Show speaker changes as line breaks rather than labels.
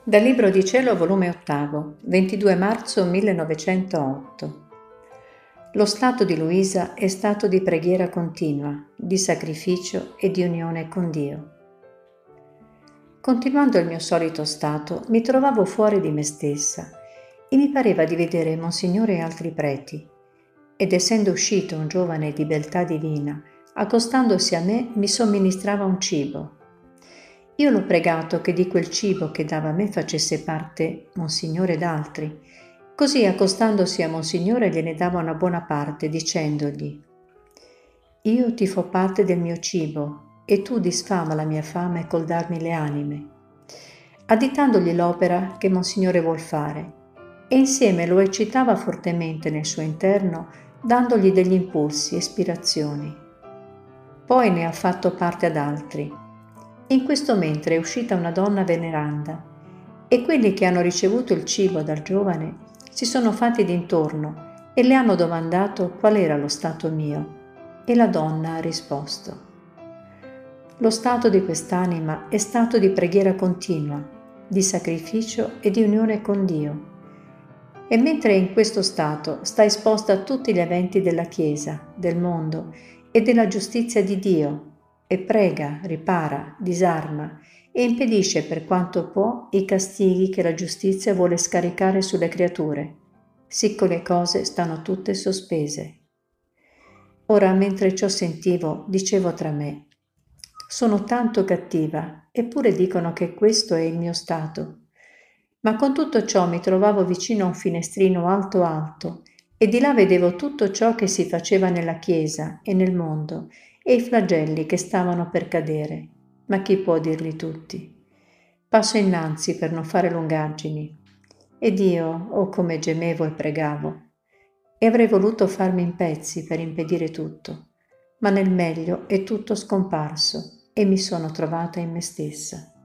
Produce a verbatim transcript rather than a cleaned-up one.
Dal Libro di Cielo, volume ottavo, ventidue marzo millenovecentootto. Lo stato di Luisa è stato di preghiera continua, di sacrificio e di unione con Dio. Continuando il mio solito stato, mi trovavo fuori di me stessa e mi pareva di vedere Monsignore e altri preti. Ed essendo uscito un giovane di beltà divina, accostandosi a me, mi somministrava un cibo. Io l'ho pregato che di quel cibo che dava a me facesse parte Monsignore ed altri. Così, accostandosi a Monsignore, gliene dava una buona parte, dicendogli: «Io ti fo parte del mio cibo, e tu disfama la mia fame col darmi le anime», additandogli l'opera che Monsignore vuol fare, e insieme lo eccitava fortemente nel suo interno, dandogli degli impulsi e ispirazioni. Poi ne ha fatto parte ad altri. In questo mentre è uscita una donna veneranda, e quelli che hanno ricevuto il cibo dal giovane si sono fatti d'intorno e le hanno domandato qual era lo stato mio, e la donna ha risposto: «Lo stato di quest'anima è stato di preghiera continua, di sacrificio e di unione con Dio. E mentre è in questo stato sta esposta a tutti gli eventi della Chiesa, del mondo e della giustizia di Dio, e prega, ripara, disarma e impedisce per quanto può i castighi che la giustizia vuole scaricare sulle creature, sicché le cose stanno tutte sospese». Ora, mentre ciò sentivo, dicevo tra me: «Sono tanto cattiva, eppure dicono che questo è il mio stato». Ma con tutto ciò mi trovavo vicino a un finestrino alto alto, e di là vedevo tutto ciò che si faceva nella Chiesa e nel mondo, e i flagelli che stavano per cadere, ma chi può dirli tutti? Passo innanzi per non fare lungaggini. Ed io, oh come gemevo e pregavo, e avrei voluto farmi in pezzi per impedire tutto, ma nel meglio è tutto scomparso e mi sono trovata in me stessa.